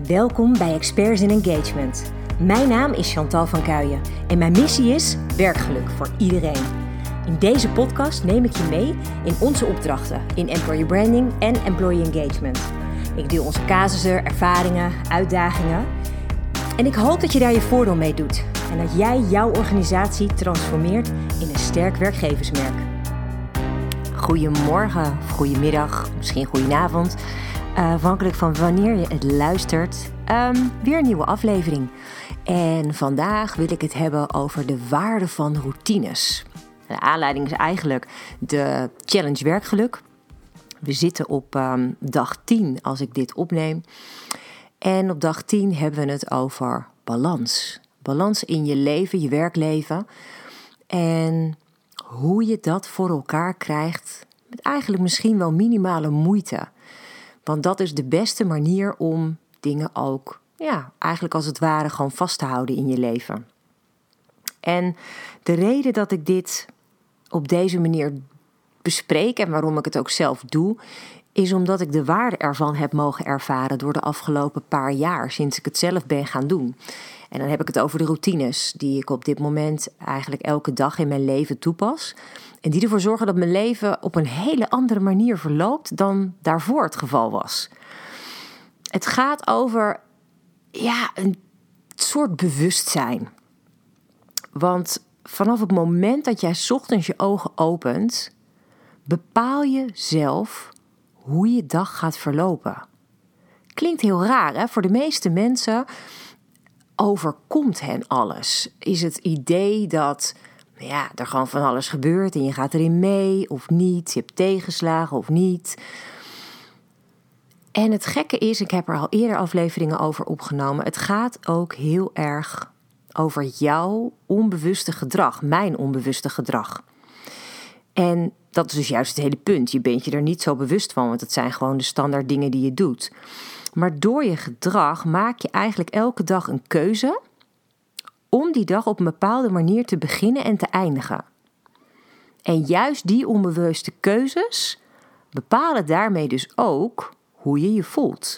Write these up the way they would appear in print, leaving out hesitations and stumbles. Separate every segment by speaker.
Speaker 1: Welkom bij Experts in Engagement. Mijn naam is Chantal van Kuijen en mijn missie is werkgeluk voor iedereen. In deze podcast neem ik je mee in onze opdrachten in employer branding en employee engagement. Ik deel onze casussen, ervaringen, uitdagingen en ik hoop dat je daar je voordeel mee doet en dat jij jouw organisatie transformeert in een sterk werkgeversmerk. Goedemorgen, of goedemiddag, misschien goedenavond. Afhankelijk van wanneer je het luistert, weer een nieuwe aflevering. En vandaag wil ik het hebben over de waarde van routines. De aanleiding is eigenlijk de challenge werkgeluk. We zitten op dag 10 als ik dit opneem. En op dag 10 hebben we het over balans. Balans in je leven, je werkleven. En hoe je dat voor elkaar krijgt met eigenlijk misschien wel minimale moeite. Want dat is de beste manier om dingen ook, eigenlijk als het ware gewoon vast te houden in je leven. En de reden dat ik dit op deze manier bespreek en waarom ik het ook zelf doe, is omdat ik de waarde ervan heb mogen ervaren door de afgelopen paar jaar, sinds ik het zelf ben gaan doen. En dan heb ik het over de routines die ik op dit moment eigenlijk elke dag in mijn leven toepas. En die ervoor zorgen dat mijn leven op een hele andere manier verloopt dan daarvoor het geval was. Het gaat over een soort bewustzijn. Want vanaf het moment dat jij 's ochtends je ogen opent, bepaal je zelf hoe je dag gaat verlopen. Klinkt heel raar, hè? Voor de meeste mensen overkomt hen alles. Is het idee dat er gewoon van alles gebeurt en je gaat erin mee of niet. Je hebt tegenslagen of niet. En het gekke is, ik heb er al eerder afleveringen over opgenomen. Het gaat ook heel erg over jouw onbewuste gedrag, mijn onbewuste gedrag. En dat is dus juist het hele punt. Je bent je er niet zo bewust van, want het zijn gewoon de standaard dingen die je doet. Maar door je gedrag maak je eigenlijk elke dag een keuze om die dag op een bepaalde manier te beginnen en te eindigen. En juist die onbewuste keuzes bepalen daarmee dus ook hoe je je voelt.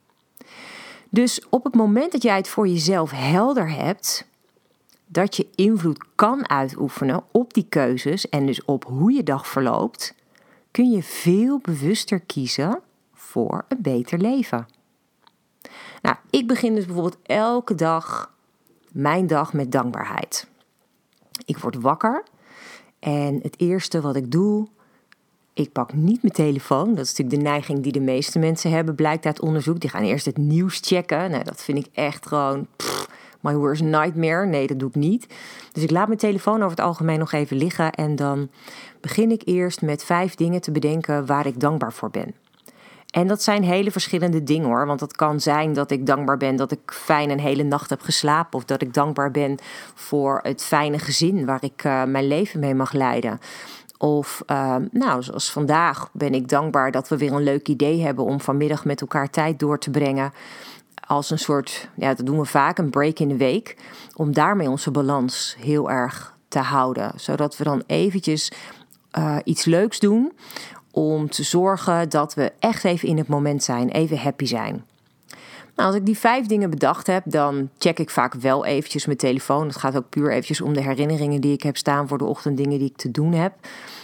Speaker 1: Dus op het moment dat jij het voor jezelf helder hebt, dat je invloed kan uitoefenen op die keuzes en dus op hoe je dag verloopt, kun je veel bewuster kiezen voor een beter leven. Nou, ik begin dus bijvoorbeeld elke dag mijn dag met dankbaarheid. Ik word wakker en het eerste wat ik doe, ik pak niet mijn telefoon. Dat is natuurlijk de neiging die de meeste mensen hebben, blijkt uit onderzoek. Die gaan eerst het nieuws checken. Nou, dat vind ik echt gewoon my worst nightmare. Nee, dat doe ik niet. Dus ik laat mijn telefoon over het algemeen nog even liggen en dan begin ik eerst met 5 dingen te bedenken waar ik dankbaar voor ben. En dat zijn hele verschillende dingen hoor. Want het kan zijn dat ik dankbaar ben dat ik fijn een hele nacht heb geslapen. Of dat ik dankbaar ben voor het fijne gezin waar ik mijn leven mee mag leiden. Of zoals vandaag ben ik dankbaar dat we weer een leuk idee hebben om vanmiddag met elkaar tijd door te brengen. Als een soort, dat doen we vaak, een break in de week. Om daarmee onze balans heel erg te houden. Zodat we dan eventjes iets leuks doen om te zorgen dat we echt even in het moment zijn, even happy zijn. Nou, als ik die 5 dingen bedacht heb, dan check ik vaak wel eventjes mijn telefoon. Het gaat ook puur eventjes om de herinneringen die ik heb staan voor de ochtend, dingen die ik te doen heb.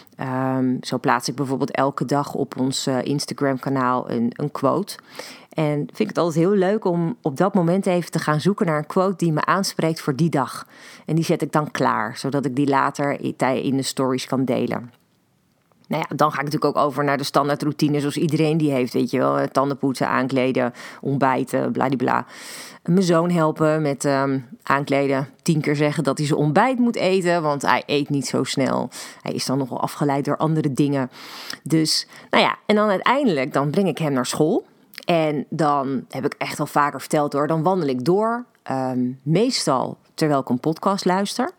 Speaker 1: Zo plaats ik bijvoorbeeld elke dag op ons Instagram-kanaal een quote. En vind ik het altijd heel leuk om op dat moment even te gaan zoeken naar een quote die me aanspreekt voor die dag. En die zet ik dan klaar, zodat ik die later in de stories kan delen. Nou ja, dan ga ik natuurlijk ook over naar de standaard routine zoals iedereen die heeft, weet je wel. Tanden poetsen, aankleden, ontbijten, bladibla. Mijn zoon helpen met aankleden. 10 keer zeggen dat hij zijn ontbijt moet eten, want hij eet niet zo snel. Hij is dan nogal afgeleid door andere dingen. Dus, en dan uiteindelijk, dan breng ik hem naar school. En dan heb ik echt al vaker verteld hoor, dan wandel ik door. Meestal terwijl ik een podcast luister.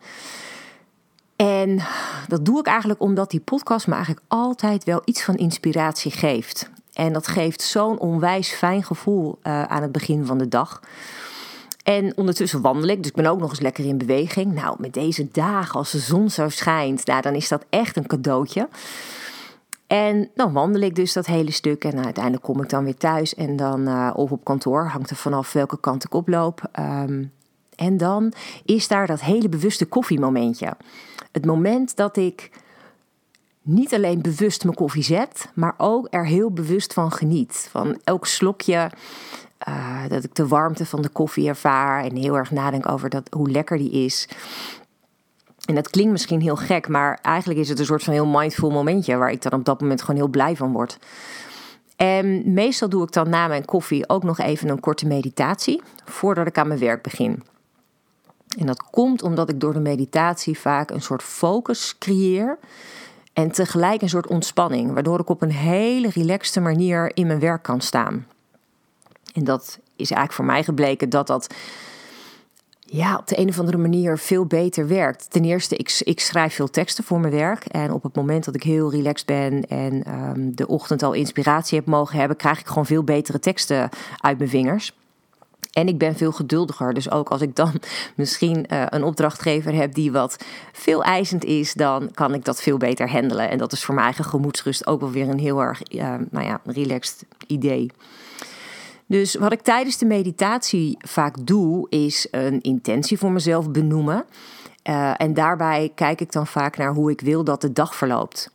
Speaker 1: En dat doe ik eigenlijk omdat die podcast me eigenlijk altijd wel iets van inspiratie geeft. En dat geeft zo'n onwijs fijn gevoel aan het begin van de dag. En ondertussen wandel ik, dus ik ben ook nog eens lekker in beweging. Nou, met deze dagen als de zon zo schijnt, dan is dat echt een cadeautje. En dan wandel ik dus dat hele stuk en uiteindelijk kom ik dan weer thuis en dan of op kantoor, hangt er vanaf welke kant ik oploop. En dan is daar dat hele bewuste koffiemomentje. Het moment dat ik niet alleen bewust mijn koffie zet, maar ook er heel bewust van geniet. Van elk slokje, dat ik de warmte van de koffie ervaar en heel erg nadenk over hoe lekker die is. En dat klinkt misschien heel gek, maar eigenlijk is het een soort van heel mindful momentje waar ik dan op dat moment gewoon heel blij van word. En meestal doe ik dan na mijn koffie ook nog even een korte meditatie voordat ik aan mijn werk begin. En dat komt omdat ik door de meditatie vaak een soort focus creëer en tegelijk een soort ontspanning, waardoor ik op een hele relaxte manier in mijn werk kan staan. En dat is eigenlijk voor mij gebleken dat op de een of andere manier veel beter werkt. Ten eerste, ik schrijf veel teksten voor mijn werk. En op het moment dat ik heel relaxed ben en de ochtend al inspiratie heb mogen hebben, krijg ik gewoon veel betere teksten uit mijn vingers. En ik ben veel geduldiger. Dus ook als ik dan misschien een opdrachtgever heb die wat veel eisend is, dan kan ik dat veel beter handelen. En dat is voor mijn eigen gemoedsrust ook wel weer een heel erg relaxed idee. Dus wat ik tijdens de meditatie vaak doe, is een intentie voor mezelf benoemen. En daarbij kijk ik dan vaak naar hoe ik wil dat de dag verloopt.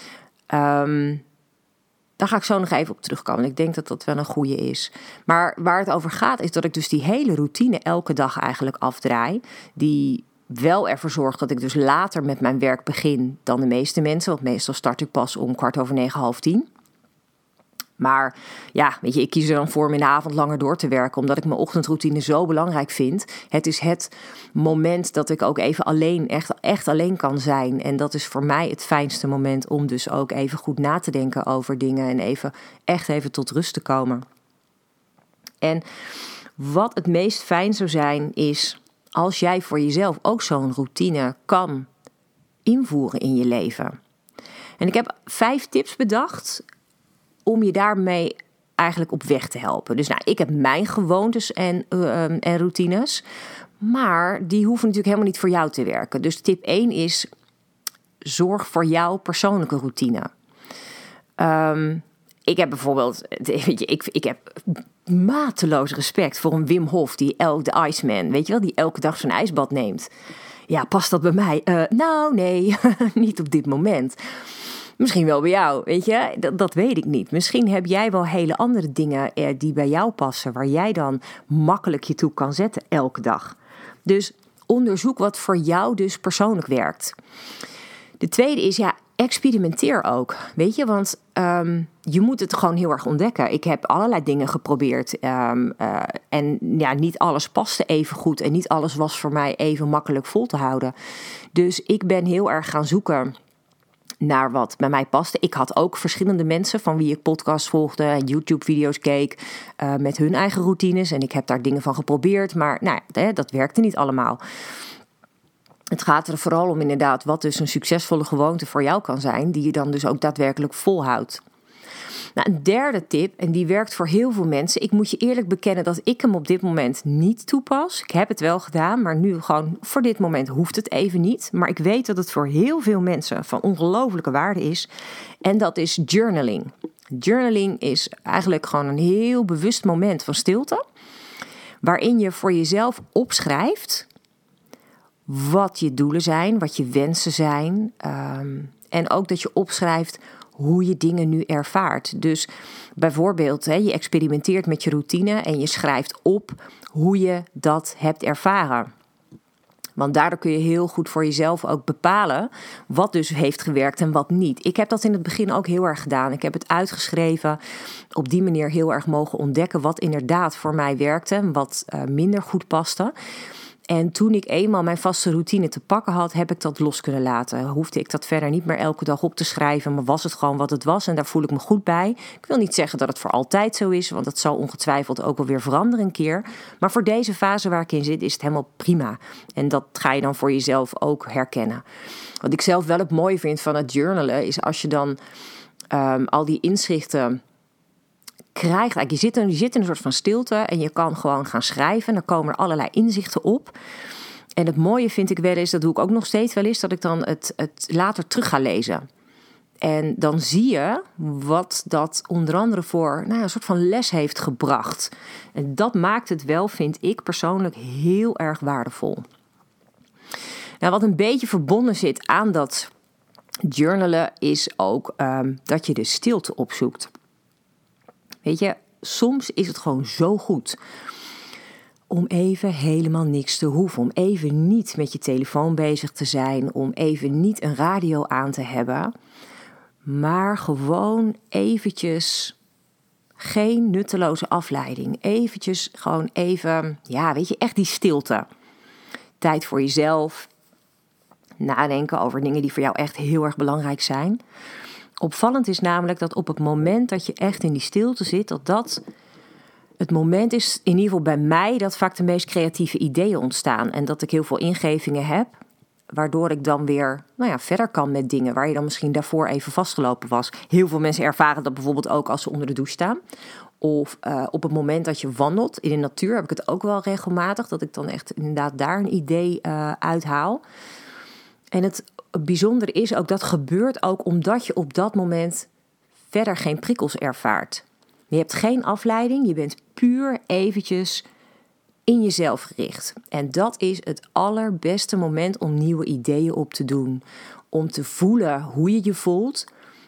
Speaker 1: Daar ga ik zo nog even op terugkomen. Ik denk dat dat wel een goede is. Maar waar het over gaat, is dat ik dus die hele routine elke dag eigenlijk afdraai. Die wel ervoor zorgt dat ik dus later met mijn werk begin dan de meeste mensen. Want meestal start ik pas om 9:15. Maar ja, weet je, ik kies er dan voor om in de avond langer door te werken, omdat ik mijn ochtendroutine zo belangrijk vind. Het is het moment dat ik ook even alleen, echt alleen kan zijn. En dat is voor mij het fijnste moment om dus ook even goed na te denken over dingen en echt even tot rust te komen. En wat het meest fijn zou zijn, is als jij voor jezelf ook zo'n routine kan invoeren in je leven. En ik heb 5 tips bedacht om je daarmee eigenlijk op weg te helpen. Dus ik heb mijn gewoontes en routines, maar die hoeven natuurlijk helemaal niet voor jou te werken. Dus tip 1 is, zorg voor jouw persoonlijke routine. Ik heb bijvoorbeeld, ik heb mateloos respect voor een Wim Hof, de Iceman, weet je wel, die elke dag zijn ijsbad neemt. Ja, past dat bij mij? Nee, niet op dit moment. Misschien wel bij jou, weet je, dat weet ik niet. Misschien heb jij wel hele andere dingen die bij jou passen, waar jij dan makkelijk je toe kan zetten elke dag. Dus onderzoek wat voor jou dus persoonlijk werkt. De tweede is, experimenteer ook, weet je, want je moet het gewoon heel erg ontdekken. Ik heb allerlei dingen geprobeerd en niet alles paste even goed en niet alles was voor mij even makkelijk vol te houden. Dus ik ben heel erg gaan zoeken naar wat bij mij paste. Ik had ook verschillende mensen van wie ik podcasts volgde en YouTube-video's keek met hun eigen routines. En ik heb daar dingen van geprobeerd, maar dat werkte niet allemaal. Het gaat er vooral om inderdaad wat dus een succesvolle gewoonte voor jou kan zijn, die je dan dus ook daadwerkelijk volhoudt. Een derde tip, en die werkt voor heel veel mensen. Ik moet je eerlijk bekennen dat ik hem op dit moment niet toepas. Ik heb het wel gedaan, maar nu gewoon voor dit moment hoeft het even niet. Maar ik weet dat het voor heel veel mensen van ongelofelijke waarde is. En dat is journaling. Journaling is eigenlijk gewoon een heel bewust moment van stilte, waarin je voor jezelf opschrijft wat je doelen zijn, wat je wensen zijn. En ook dat je opschrijft hoe je dingen nu ervaart. Dus bijvoorbeeld, je experimenteert met je routine en je schrijft op hoe je dat hebt ervaren. Want daardoor kun je heel goed voor jezelf ook bepalen wat dus heeft gewerkt en wat niet. Ik heb dat in het begin ook heel erg gedaan. Ik heb het uitgeschreven, op die manier heel erg mogen ontdekken wat inderdaad voor mij werkte en wat minder goed paste. En toen ik eenmaal mijn vaste routine te pakken had, heb ik dat los kunnen laten. Hoefde ik dat verder niet meer elke dag op te schrijven, maar was het gewoon wat het was en daar voel ik me goed bij. Ik wil niet zeggen dat het voor altijd zo is, want dat zal ongetwijfeld ook wel weer veranderen een keer. Maar voor deze fase waar ik in zit, is het helemaal prima. En dat ga je dan voor jezelf ook herkennen. Wat ik zelf wel het mooie vind van het journalen, is als je dan al die inzichten krijgt. Je zit in een soort van stilte en je kan gewoon gaan schrijven. En dan komen er allerlei inzichten op. En het mooie vind ik wel eens, dat doe ik ook nog steeds wel eens, dat ik dan het later terug ga lezen. En dan zie je wat dat onder andere voor een soort van les heeft gebracht. En dat maakt het wel, vind ik persoonlijk, heel erg waardevol. Nou, wat een beetje verbonden zit aan dat journalen is ook dat je de stilte opzoekt. Weet je, soms is het gewoon zo goed om even helemaal niks te hoeven. Om even niet met je telefoon bezig te zijn. Om even niet een radio aan te hebben. Maar gewoon eventjes geen nutteloze afleiding. Eventjes gewoon even, echt die stilte. Tijd voor jezelf. Nadenken over dingen die voor jou echt heel erg belangrijk zijn. Opvallend is namelijk dat op het moment dat je echt in die stilte zit, dat het moment is, in ieder geval bij mij, dat vaak de meest creatieve ideeën ontstaan. En dat ik heel veel ingevingen heb, waardoor ik dan weer verder kan met dingen waar je dan misschien daarvoor even vastgelopen was. Heel veel mensen ervaren dat bijvoorbeeld ook als ze onder de douche staan. Of op het moment dat je wandelt in de natuur, heb ik het ook wel regelmatig, dat ik dan echt inderdaad daar een idee uithaal. En het bijzondere is ook, dat gebeurt ook omdat je op dat moment verder geen prikkels ervaart. Je hebt geen afleiding, je bent puur eventjes in jezelf gericht. En dat is het allerbeste moment om nieuwe ideeën op te doen. Om te voelen hoe je je voelt.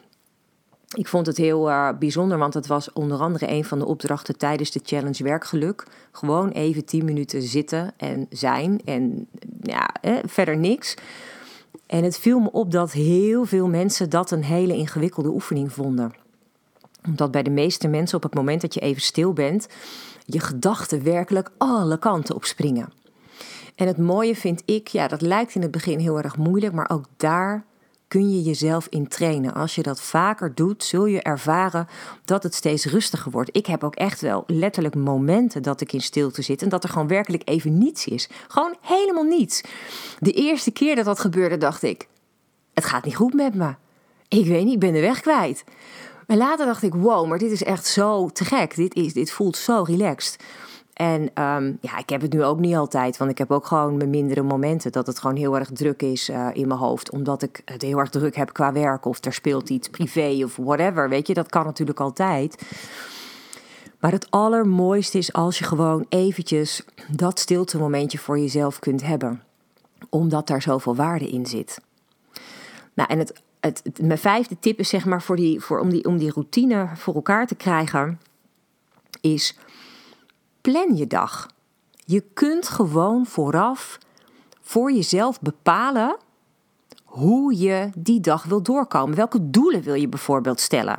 Speaker 1: Ik vond het heel bijzonder, want het was onder andere een van de opdrachten tijdens de challenge Werkgeluk. Gewoon even 10 minuten zitten en zijn en verder niks. En het viel me op dat heel veel mensen dat een hele ingewikkelde oefening vonden. Omdat bij de meeste mensen op het moment dat je even stil bent, je gedachten werkelijk alle kanten op springen. En het mooie vind ik, dat lijkt in het begin heel erg moeilijk, maar ook daar kun je jezelf in trainen. Als je dat vaker doet, zul je ervaren dat het steeds rustiger wordt. Ik heb ook echt wel letterlijk momenten dat ik in stilte zit en dat er gewoon werkelijk even niets is. Gewoon helemaal niets. De eerste keer dat dat gebeurde, dacht ik, het gaat niet goed met me. Ik weet niet, ik ben de weg kwijt. En later dacht ik, wow, maar dit is echt zo te gek. Dit voelt zo relaxed. En ik heb het nu ook niet altijd, want ik heb ook gewoon mijn mindere momenten dat het gewoon heel erg druk is in mijn hoofd, omdat ik het heel erg druk heb qua werk of er speelt iets privé of whatever, weet je, dat kan natuurlijk altijd. Maar het allermooiste is als je gewoon eventjes dat stilte momentje voor jezelf kunt hebben, omdat daar zoveel waarde in zit. Nou, en mijn 5e tip is zeg maar om die routine voor elkaar te krijgen, is plan je dag. Je kunt gewoon vooraf voor jezelf bepalen hoe je die dag wil doorkomen. Welke doelen wil je bijvoorbeeld stellen?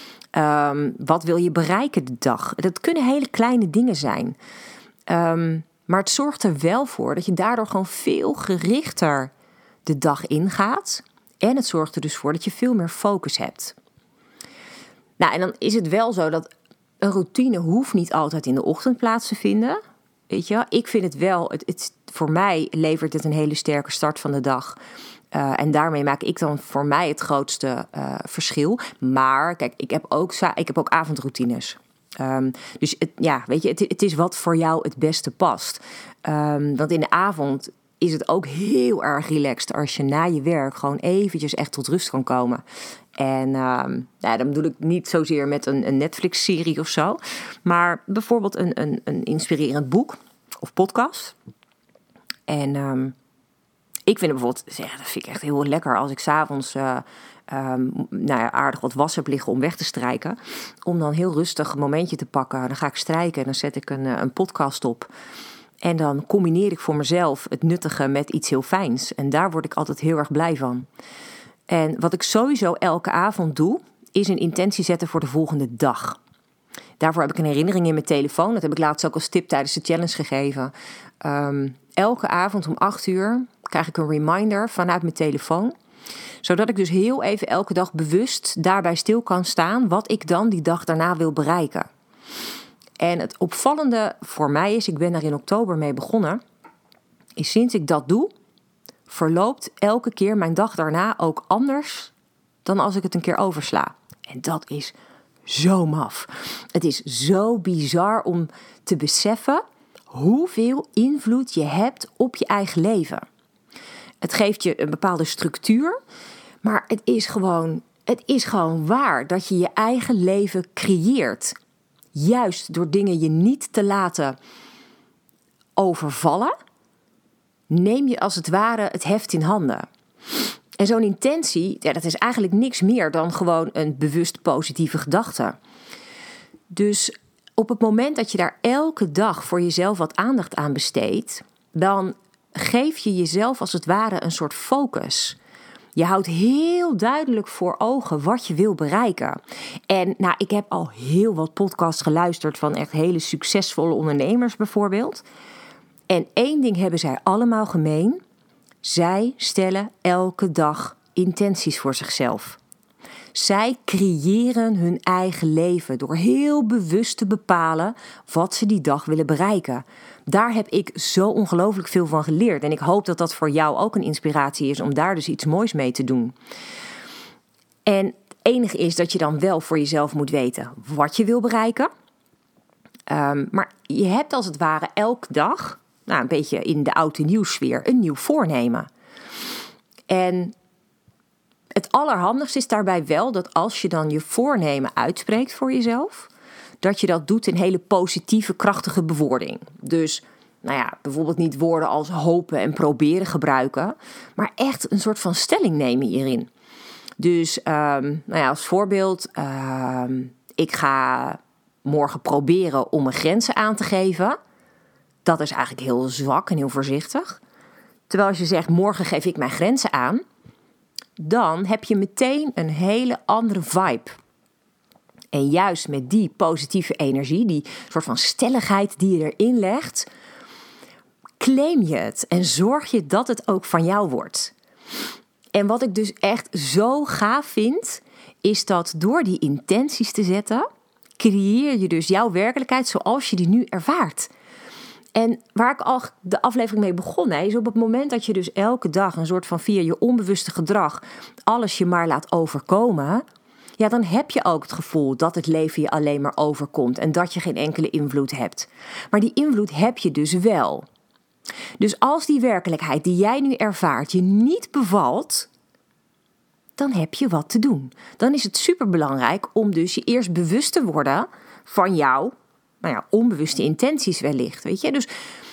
Speaker 1: Wat wil je bereiken de dag? Dat kunnen hele kleine dingen zijn. Maar het zorgt er wel voor dat je daardoor gewoon veel gerichter de dag ingaat. En het zorgt er dus voor dat je veel meer focus hebt. Nou, en dan is het wel zo dat een routine hoeft niet altijd in de ochtend plaats te vinden. Weet je, ik vind het wel, voor mij levert het een hele sterke start van de dag. En daarmee maak ik dan voor mij het grootste verschil. Maar kijk, ik heb ook avondroutines. Dus het is wat voor jou het beste past. Want in de avond is het ook heel erg relaxed als je na je werk gewoon eventjes echt tot rust kan komen. En dan bedoel ik niet zozeer met een Netflix-serie of zo. Maar bijvoorbeeld een inspirerend boek of podcast. En ik vind het bijvoorbeeld, dat vind ik echt heel lekker als ik 's avonds aardig wat was heb liggen om weg te strijken. Om dan heel rustig een momentje te pakken. Dan ga ik strijken en dan zet ik een podcast op. En dan combineer ik voor mezelf het nuttige met iets heel fijns. En daar word ik altijd heel erg blij van. En wat ik sowieso elke avond doe, is een intentie zetten voor de volgende dag. Daarvoor heb ik een herinnering in mijn telefoon. Dat heb ik laatst ook als tip tijdens de challenge gegeven. Elke avond om 8:00 krijg ik een reminder vanuit mijn telefoon. Zodat ik dus heel even elke dag bewust daarbij stil kan staan wat ik dan die dag daarna wil bereiken. En het opvallende voor mij is, ik ben daar in oktober mee begonnen, is sinds ik dat doe, verloopt elke keer mijn dag daarna ook anders dan als ik het een keer oversla. En dat is zo maf. Het is zo bizar om te beseffen hoeveel invloed je hebt op je eigen leven. Het geeft je een bepaalde structuur, maar het is gewoon het is gewoon waar dat je je eigen leven creëert. Juist door dingen je niet te laten overvallen, neem je als het ware het heft in handen. En zo'n intentie, dat is eigenlijk niks meer dan gewoon een bewust positieve gedachte. Dus op het moment dat je daar elke dag voor jezelf wat aandacht aan besteedt, dan geef je jezelf als het ware een soort focus. Je houdt heel duidelijk voor ogen wat je wil bereiken. En ik heb al heel wat podcasts geluisterd van echt hele succesvolle ondernemers bijvoorbeeld. En één ding hebben zij allemaal gemeen. Zij stellen elke dag intenties voor zichzelf. Zij creëren hun eigen leven door heel bewust te bepalen wat ze die dag willen bereiken. Daar heb ik zo ongelooflijk veel van geleerd. En ik hoop dat dat voor jou ook een inspiratie is om daar dus iets moois mee te doen. En het enige is dat je dan wel voor jezelf moet weten wat je wil bereiken. Maar je hebt als het ware elke dag, een beetje in de oud en nieuw sfeer, een nieuw voornemen. En het allerhandigste is daarbij wel dat als je dan je voornemen uitspreekt voor jezelf, dat je dat doet in hele positieve, krachtige bewoording. Dus, bijvoorbeeld niet woorden als hopen en proberen gebruiken, maar echt een soort van stelling nemen hierin. Dus, als voorbeeld, ik ga morgen proberen om mijn grenzen aan te geven. Dat is eigenlijk heel zwak en heel voorzichtig. Terwijl als je zegt, morgen geef ik mijn grenzen aan, dan heb je meteen een hele andere vibe. En juist met die positieve energie, die soort van stelligheid die je erin legt, claim je het en zorg je dat het ook van jou wordt. En wat ik dus echt zo gaaf vind, is dat door die intenties te zetten, creëer je dus jouw werkelijkheid zoals je die nu ervaart. En waar ik al de aflevering mee begon, is op het moment dat je dus elke dag een soort van via je onbewuste gedrag alles je maar laat overkomen, dan heb je ook het gevoel dat het leven je alleen maar overkomt en dat je geen enkele invloed hebt. Maar die invloed heb je dus wel. Dus als die werkelijkheid die jij nu ervaart je niet bevalt, dan heb je wat te doen. Dan is het superbelangrijk om dus je eerst bewust te worden van jouw onbewuste intenties wellicht. Weet je? Dus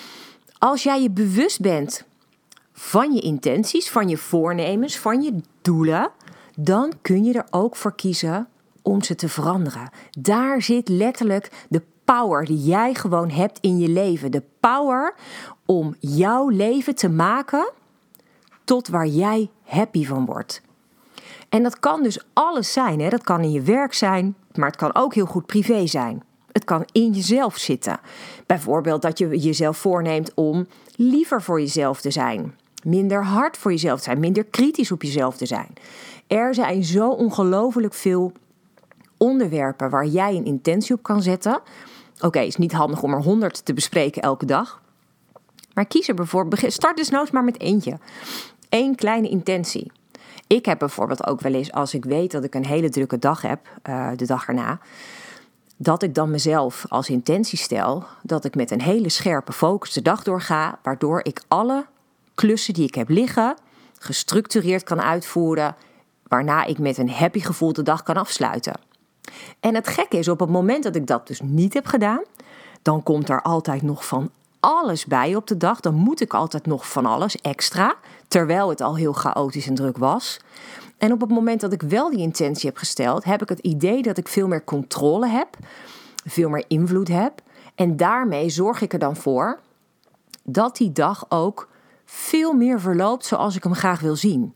Speaker 1: als jij je bewust bent van je intenties, van je voornemens, van je doelen, dan kun je er ook voor kiezen om ze te veranderen. Daar zit letterlijk de power die jij gewoon hebt in je leven. De power om jouw leven te maken tot waar jij happy van wordt. En dat kan dus alles zijn. Hè? Dat kan in je werk zijn, maar het kan ook heel goed privé zijn. Het kan in jezelf zitten. Bijvoorbeeld dat je jezelf voorneemt om liever voor jezelf te zijn. Minder hard voor jezelf te zijn. Minder kritisch op jezelf te zijn. Er zijn zo ongelooflijk veel onderwerpen waar jij een intentie op kan zetten. Oké, het is niet handig om er 100 te bespreken elke dag. Maar kies er bijvoorbeeld, start desnoods maar met eentje. 1 kleine intentie. Ik heb bijvoorbeeld ook wel eens, als ik weet dat ik een hele drukke dag heb, de dag erna, dat ik dan mezelf als intentie stel dat ik met een hele scherpe focus de dag doorga, waardoor ik alle klussen die ik heb liggen gestructureerd kan uitvoeren, waarna ik met een happy gevoel de dag kan afsluiten. En het gekke is, op het moment dat ik dat dus niet heb gedaan, dan komt er altijd nog van alles bij op de dag. Dan moet ik altijd nog van alles extra, terwijl het al heel chaotisch en druk was. En op het moment dat ik wel die intentie heb gesteld, heb ik het idee dat ik veel meer controle heb, veel meer invloed heb. En daarmee zorg ik er dan voor dat die dag ook veel meer verloopt zoals ik hem graag wil zien.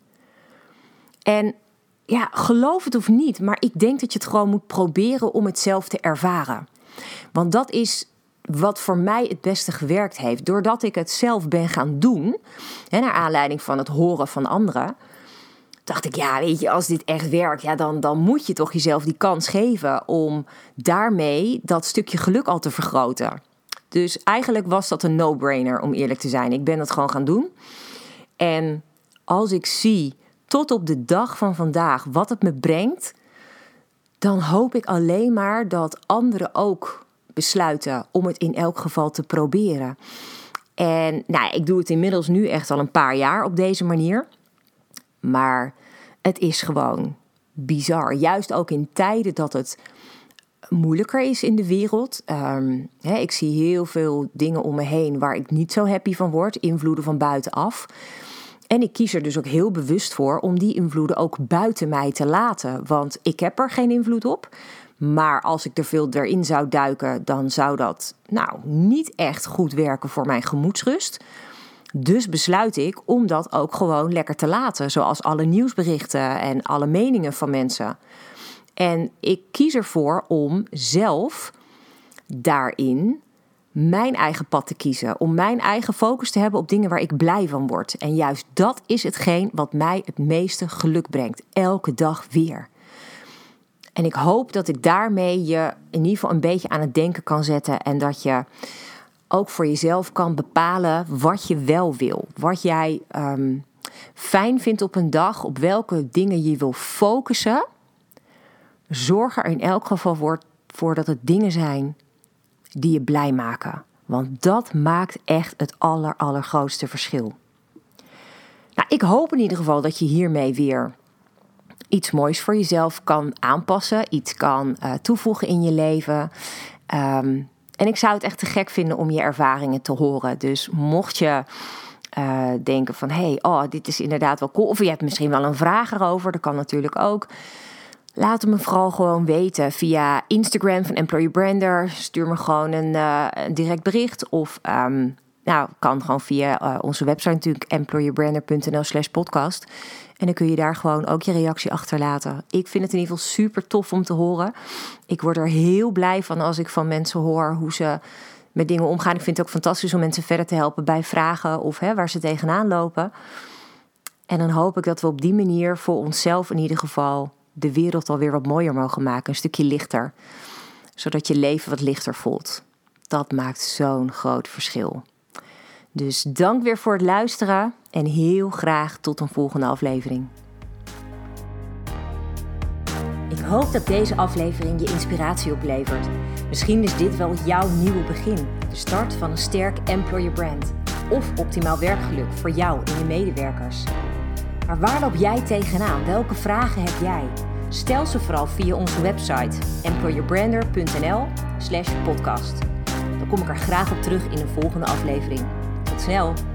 Speaker 1: En geloof het of niet, maar ik denk dat je het gewoon moet proberen om het zelf te ervaren. Want dat is wat voor mij het beste gewerkt heeft. Doordat ik het zelf ben gaan doen, naar aanleiding van het horen van anderen, dacht ik, weet je, als dit echt werkt, dan moet je toch jezelf die kans geven om daarmee dat stukje geluk al te vergroten. Dus eigenlijk was dat een no-brainer, om eerlijk te zijn. Ik ben het gewoon gaan doen. En als ik zie tot op de dag van vandaag wat het me brengt, dan hoop ik alleen maar dat anderen ook besluiten om het in elk geval te proberen. En ik doe het inmiddels nu echt al een paar jaar op deze manier. Maar het is gewoon bizar. Juist ook in tijden dat het moeilijker is in de wereld. Ik zie heel veel dingen om me heen waar ik niet zo happy van word. Invloeden van buitenaf. En ik kies er dus ook heel bewust voor om die invloeden ook buiten mij te laten. Want ik heb er geen invloed op. Maar als ik er veel erin zou duiken, dan zou dat niet echt goed werken voor mijn gemoedsrust. Dus besluit ik om dat ook gewoon lekker te laten. Zoals alle nieuwsberichten en alle meningen van mensen. En ik kies ervoor om zelf daarin mijn eigen pad te kiezen. Om mijn eigen focus te hebben op dingen waar ik blij van word. En juist dat is hetgeen wat mij het meeste geluk brengt. Elke dag weer. En ik hoop dat ik daarmee je in ieder geval een beetje aan het denken kan zetten. En dat je ook voor jezelf kan bepalen wat je wel wil. Wat jij fijn vindt op een dag. Op welke dingen je wil focussen. Zorg er in elk geval voor dat het dingen zijn die je blij maken. Want dat maakt echt het allergrootste verschil. Nou, ik hoop in ieder geval dat je hiermee weer iets moois voor jezelf kan aanpassen. Iets kan toevoegen in je leven. En ik zou het echt te gek vinden om je ervaringen te horen. Dus mocht je denken van dit is inderdaad wel cool. Of je hebt misschien wel een vraag erover. Dat kan natuurlijk ook. Laat me vooral gewoon weten via Instagram van Employer Brander. Stuur me gewoon een direct bericht. Of kan gewoon via onze website natuurlijk employerbrander.nl/podcast. En dan kun je daar gewoon ook je reactie achterlaten. Ik vind het in ieder geval super tof om te horen. Ik word er heel blij van als ik van mensen hoor hoe ze met dingen omgaan. Ik vind het ook fantastisch om mensen verder te helpen bij vragen of waar ze tegenaan lopen. En dan hoop ik dat we op die manier voor onszelf in ieder geval de wereld alweer wat mooier mogen maken. Een stukje lichter. Zodat je leven wat lichter voelt. Dat maakt zo'n groot verschil. Dus dank weer voor het luisteren. En heel graag tot een volgende aflevering. Ik hoop dat deze aflevering je inspiratie oplevert. Misschien is dit wel jouw nieuwe begin. De start van een sterk employer brand. Of optimaal werkgeluk voor jou en je medewerkers. Maar waar loop jij tegenaan? Welke vragen heb jij? Stel ze vooral via onze website employerbrander.nl/podcast. Dan kom ik er graag op terug in een volgende aflevering. Tot snel!